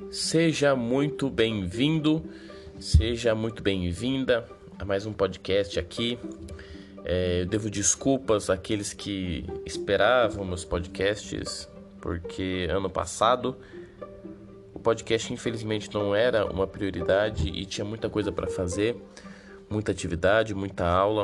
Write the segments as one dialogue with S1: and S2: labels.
S1: Seja muito bem-vindo, seja muito bem-vinda a mais um podcast aqui. Eu devo desculpas àqueles que esperavam meus podcasts, porque ano passado o podcast infelizmente não era uma prioridade e tinha muita coisa para fazer, muita atividade, muita aula.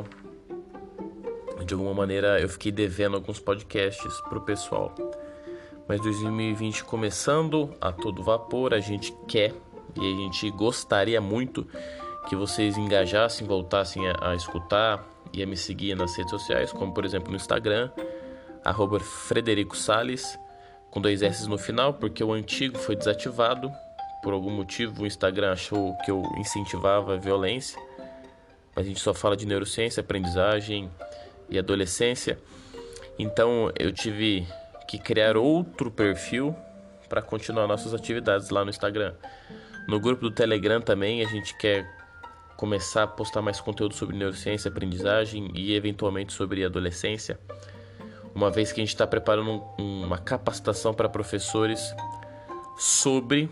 S1: De alguma maneira eu fiquei devendo alguns podcasts para o pessoal. Mas 2020 começando a todo vapor, a gente quer e a gente gostaria muito que vocês engajassem, voltassem a escutar e a me seguir nas redes sociais, como por exemplo no Instagram, @FredericoSales, com 2 S no final, porque o antigo foi desativado. Por algum motivo o Instagram achou que eu incentivava a violência, mas a gente só fala de neurociência, aprendizagem e adolescência. Então eu tive que criar outro perfil para continuar nossas atividades lá no Instagram. No grupo do Telegram também a gente quer começar a postar mais conteúdo sobre neurociência, aprendizagem e eventualmente sobre adolescência, uma vez que a gente está preparando uma capacitação para professores sobre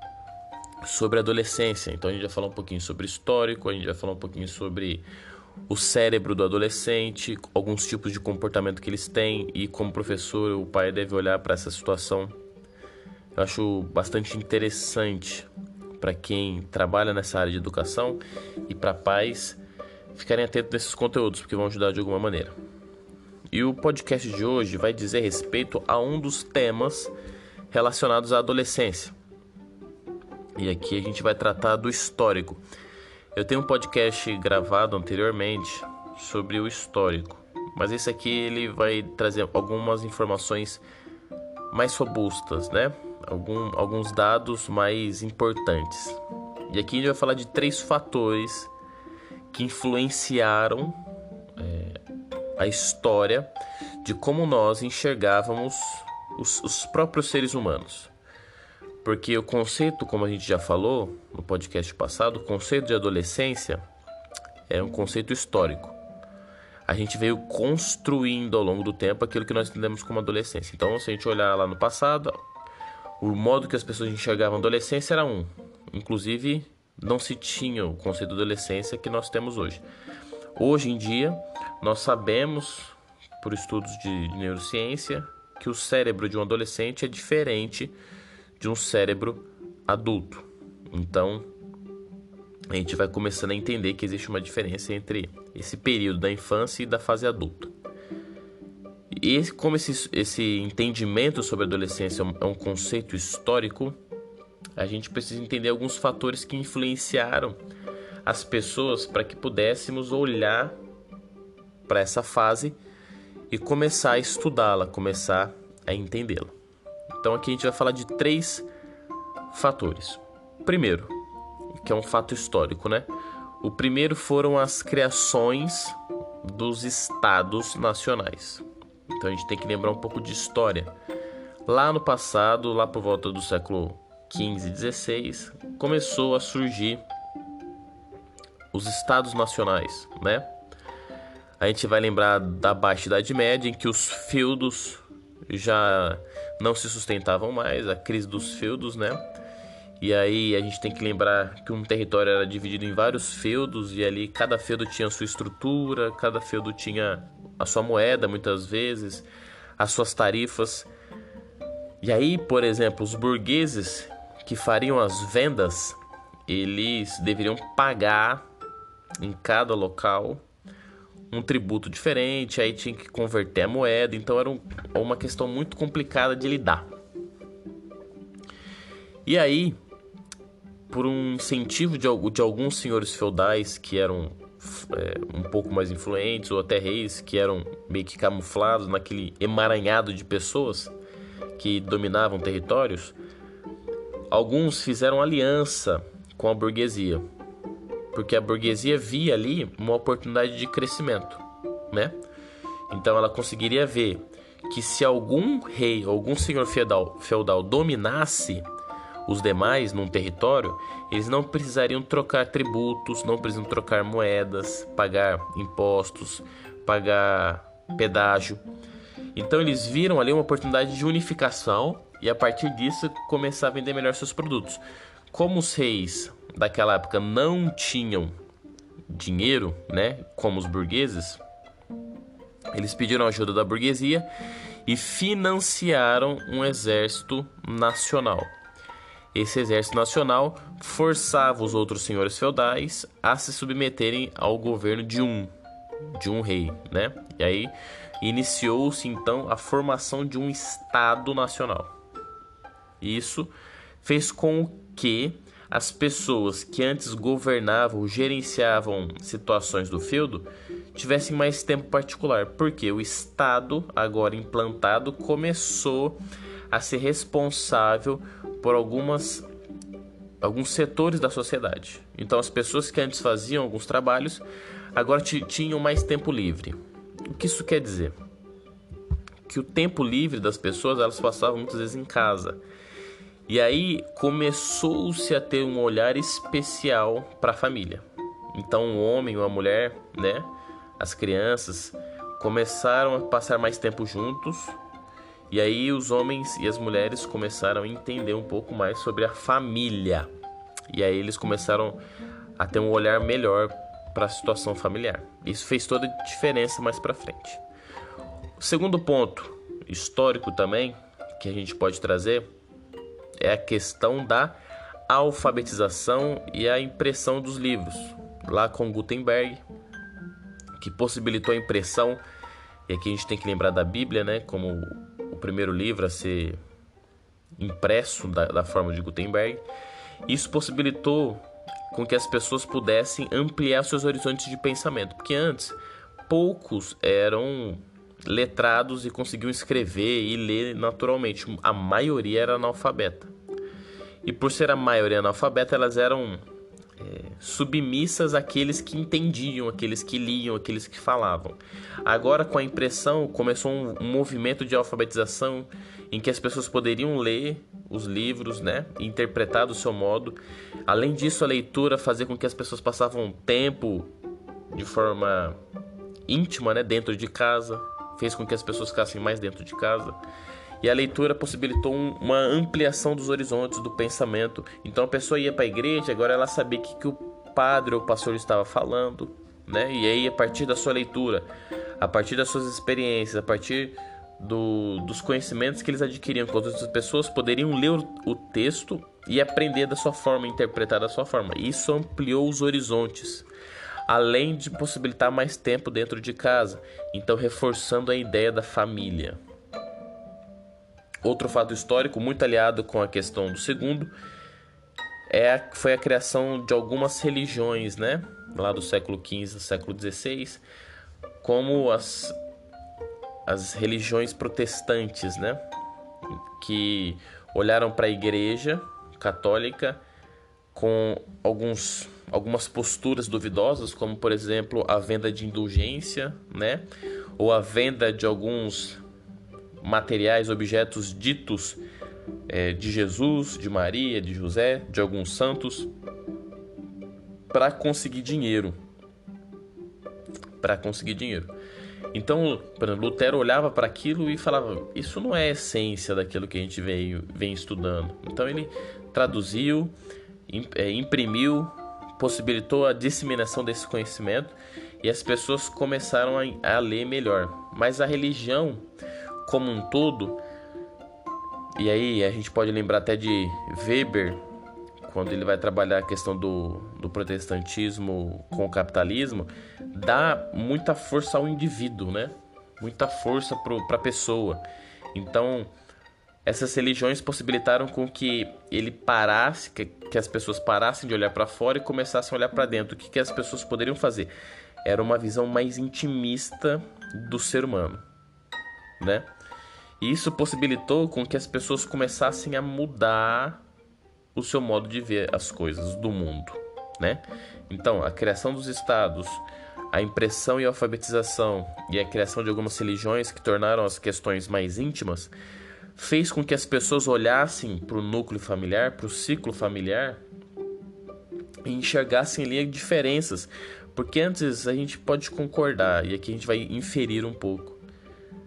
S1: adolescência. Então a gente vai falar um pouquinho sobre histórico, a gente vai falar um pouquinho sobre o cérebro do adolescente, alguns tipos de comportamento que eles têm e como professor o pai deve olhar para essa situação. Eu acho bastante interessante para quem trabalha nessa área de educação e para pais ficarem atentos nesses conteúdos, porque vão ajudar de alguma maneira. E o podcast de hoje vai dizer respeito a um dos temas relacionados à adolescência. E aqui a gente vai tratar do histórico. Eu tenho um podcast gravado anteriormente sobre o histórico, mas esse aqui ele vai trazer algumas informações mais robustas, né? Alguns dados mais importantes. E aqui a gente vai falar de 3 fatores que influenciaram a história de como nós enxergávamos os próprios seres humanos. Porque o conceito, como a gente já falou no podcast passado, o conceito de adolescência é um conceito histórico. A gente veio construindo ao longo do tempo aquilo que nós entendemos como adolescência. Então, se a gente olhar lá no passado, o modo que as pessoas enxergavam a adolescência era um. Inclusive, não se tinha o conceito de adolescência que nós temos hoje. Hoje em dia, nós sabemos, por estudos de neurociência, que o cérebro de um adolescente é diferente de um cérebro adulto. Então, a gente vai começando a entender que existe uma diferença entre esse período da infância e da fase adulta. E como esse entendimento sobre a adolescência é um conceito histórico, a gente precisa entender alguns fatores que influenciaram as pessoas para que pudéssemos olhar para essa fase e começar a estudá-la, começar a entendê-la. Então aqui a gente vai falar de 3 fatores. Primeiro, que é um fato histórico, né? O primeiro foram as criações dos estados nacionais. Então a gente tem que lembrar um pouco de história. Lá no passado, lá por volta do século XV e XVI, começou a surgir os estados nacionais, né? A gente vai lembrar da Baixa Idade Média, em que os feudos já não se sustentavam mais, a crise dos feudos, né? E aí a gente tem que lembrar que um território era dividido em vários feudos e ali cada feudo tinha a sua estrutura, cada feudo tinha a sua moeda, muitas vezes, as suas tarifas. E aí, por exemplo, os burgueses que fariam as vendas, eles deveriam pagar em cada local um tributo diferente, aí tinha que converter a moeda, então era uma questão muito complicada de lidar. E aí, por um incentivo de alguns senhores feudais que eram um pouco mais influentes, ou até reis que eram meio que camuflados naquele emaranhado de pessoas que dominavam territórios, alguns fizeram aliança com a burguesia, porque a burguesia via ali uma oportunidade de crescimento, né? Então ela conseguiria ver que se algum rei, algum senhor feudal dominasse os demais num território, eles não precisariam trocar tributos, não precisam trocar moedas, pagar impostos, pagar pedágio. Então eles viram ali uma oportunidade de unificação e a partir disso começar a vender melhor seus produtos. Como os reis daquela época não tinham dinheiro, né, como os burgueses, eles pediram ajuda da burguesia e financiaram um exército nacional. Esse exército nacional forçava os outros senhores feudais a se submeterem ao governo de um rei, né? E aí iniciou-se então a formação de um Estado nacional. Isso fez com que as pessoas que antes governavam, gerenciavam situações do feudo, tivessem mais tempo particular, porque o Estado, agora implantado, começou a ser responsável por alguns setores da sociedade. Então as pessoas que antes faziam alguns trabalhos, agora tinham mais tempo livre. O que isso quer dizer? Que o tempo livre das pessoas, elas passavam muitas vezes em casa. E aí começou-se a ter um olhar especial para a família. Então o homem ou a mulher, né, as crianças, começaram a passar mais tempo juntos. E aí os homens e as mulheres começaram a entender um pouco mais sobre a família. E aí eles começaram a ter um olhar melhor para a situação familiar. Isso fez toda a diferença mais para frente. O segundo ponto histórico também que a gente pode trazer é a questão da alfabetização e a impressão dos livros, lá com Gutenberg, que possibilitou a impressão. E aqui a gente tem que lembrar da Bíblia, né, como o primeiro livro a ser impresso da forma de Gutenberg. Isso possibilitou com que as pessoas pudessem ampliar seus horizontes de pensamento, porque antes poucos eram letrados e conseguiam escrever e ler naturalmente. A maioria era analfabeta. E por ser a maioria analfabeta, elas eram submissas àqueles que entendiam, àqueles que liam, àqueles que falavam. Agora, com a impressão, começou um movimento de alfabetização em que as pessoas poderiam ler os livros, né, e interpretar do seu modo. Além disso, a leitura fazia com que as pessoas passavam tempo de forma íntima, né, dentro de casa, fez com que as pessoas ficassem mais dentro de casa. E a leitura possibilitou uma ampliação dos horizontes do pensamento. Então a pessoa ia para a igreja, agora ela sabia o que o padre ou o pastor estava falando, né? E aí, a partir da sua leitura, a partir das suas experiências, a partir dos conhecimentos que eles adquiriam com outras pessoas, poderiam ler o texto e aprender da sua forma, interpretar da sua forma. Isso ampliou os horizontes, além de possibilitar mais tempo dentro de casa, então reforçando a ideia da família. Outro fato histórico muito aliado com a questão do segundo foi a criação de algumas religiões, né? Lá do século XV ao século XVI, como as religiões protestantes, né? Que olharam para a igreja católica com algumas posturas duvidosas, como por exemplo a venda de indulgência, né? Ou a venda de alguns materiais, objetos ditos de Jesus, de Maria, de José, de alguns santos, para conseguir dinheiro. Então, por exemplo, Lutero olhava para aquilo e falava: isso não é a essência daquilo que a gente vem estudando. Então ele traduziu, imprimiu, possibilitou a disseminação desse conhecimento e as pessoas começaram a ler melhor. Mas a religião como um todo, e aí a gente pode lembrar até de Weber, quando ele vai trabalhar a questão do protestantismo com o capitalismo, dá muita força ao indivíduo, né? Muita força para a pessoa. Então, essas religiões possibilitaram com que ele parasse, que as pessoas parassem de olhar para fora e começassem a olhar para dentro. O que as pessoas poderiam fazer? Era uma visão mais intimista do ser humano, né? E isso possibilitou com que as pessoas começassem a mudar o seu modo de ver as coisas do mundo, né? Então, a criação dos estados, a impressão e a alfabetização e a criação de algumas religiões que tornaram as questões mais íntimas fez com que as pessoas olhassem para o núcleo familiar, para o ciclo familiar e enxergassem ali diferenças. Porque antes a gente pode concordar, e aqui a gente vai inferir um pouco.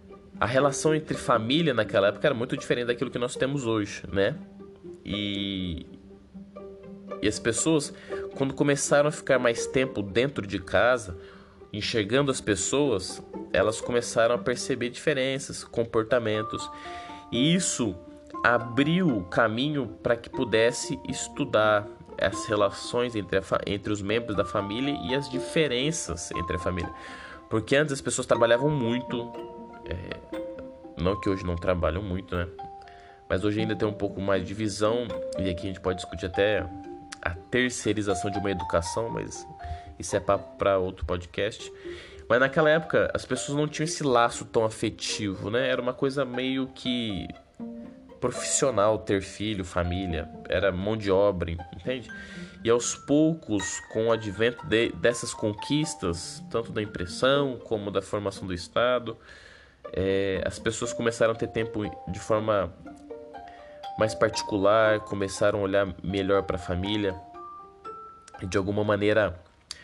S1: A relação entre família naquela época era muito diferente daquilo que nós temos hoje, né? E as pessoas, quando começaram a ficar mais tempo dentro de casa, enxergando as pessoas, elas começaram a perceber diferenças, comportamentos. E isso abriu caminho para que pudesse estudar as relações entre os membros da família e as diferenças entre a família. Porque antes as pessoas trabalhavam muito, não que hoje não trabalham muito, né? Mas hoje ainda tem um pouco mais de visão, e aqui a gente pode discutir até a terceirização de uma educação, mas isso é papo para outro podcast. Mas naquela época as pessoas não tinham esse laço tão afetivo, né? Era uma coisa meio que profissional ter filho, família, era mão de obra, entende? E aos poucos, com o advento dessas conquistas, tanto da impressão como da formação do Estado, as pessoas começaram a ter tempo de forma mais particular, começaram a olhar melhor para a família e de alguma maneira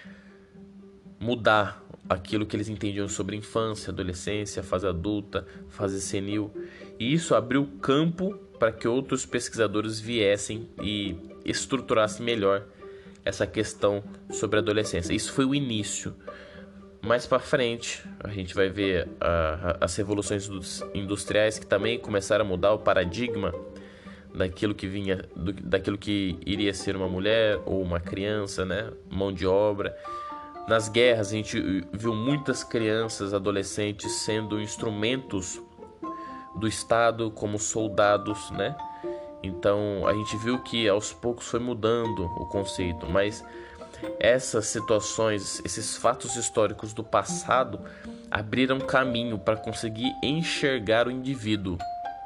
S1: mudar aquilo que eles entendiam sobre infância, adolescência, fase adulta, fase senil. E isso abriu campo para que outros pesquisadores viessem e estruturassem melhor essa questão sobre a adolescência. Isso foi o início. Mais para frente, a gente vai ver as revoluções industriais que também começaram a mudar o paradigma daquilo que iria ser uma mulher ou uma criança, né? Mão de obra. Nas guerras a gente viu muitas crianças, adolescentes sendo instrumentos do Estado como soldados, né? Então a gente viu que aos poucos foi mudando o conceito, mas essas situações, esses fatos históricos do passado abriram caminho para conseguir enxergar o indivíduo.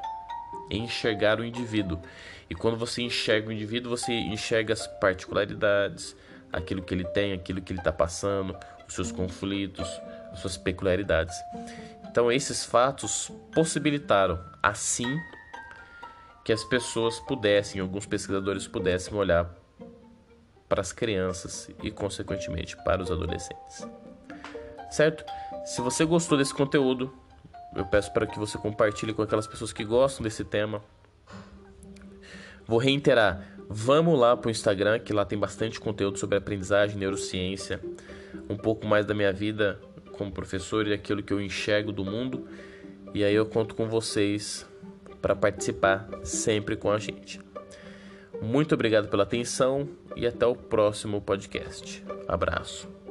S1: E quando você enxerga o indivíduo, você enxerga as particularidades, aquilo que ele tem, aquilo que ele está passando, os seus conflitos, as suas peculiaridades. Então esses fatos possibilitaram, assim, que as pessoas pudessem, alguns pesquisadores pudessem olhar para as crianças e, consequentemente, para os adolescentes. Certo? Se você gostou desse conteúdo, eu peço para que você compartilhe com aquelas pessoas que gostam desse tema. Vou reiterar, vamos lá para o Instagram, que lá tem bastante conteúdo sobre aprendizagem, neurociência, um pouco mais da minha vida como professor e aquilo que eu enxergo do mundo. E aí eu conto com vocês para participar sempre com a gente. Muito obrigado pela atenção e até o próximo podcast. Abraço.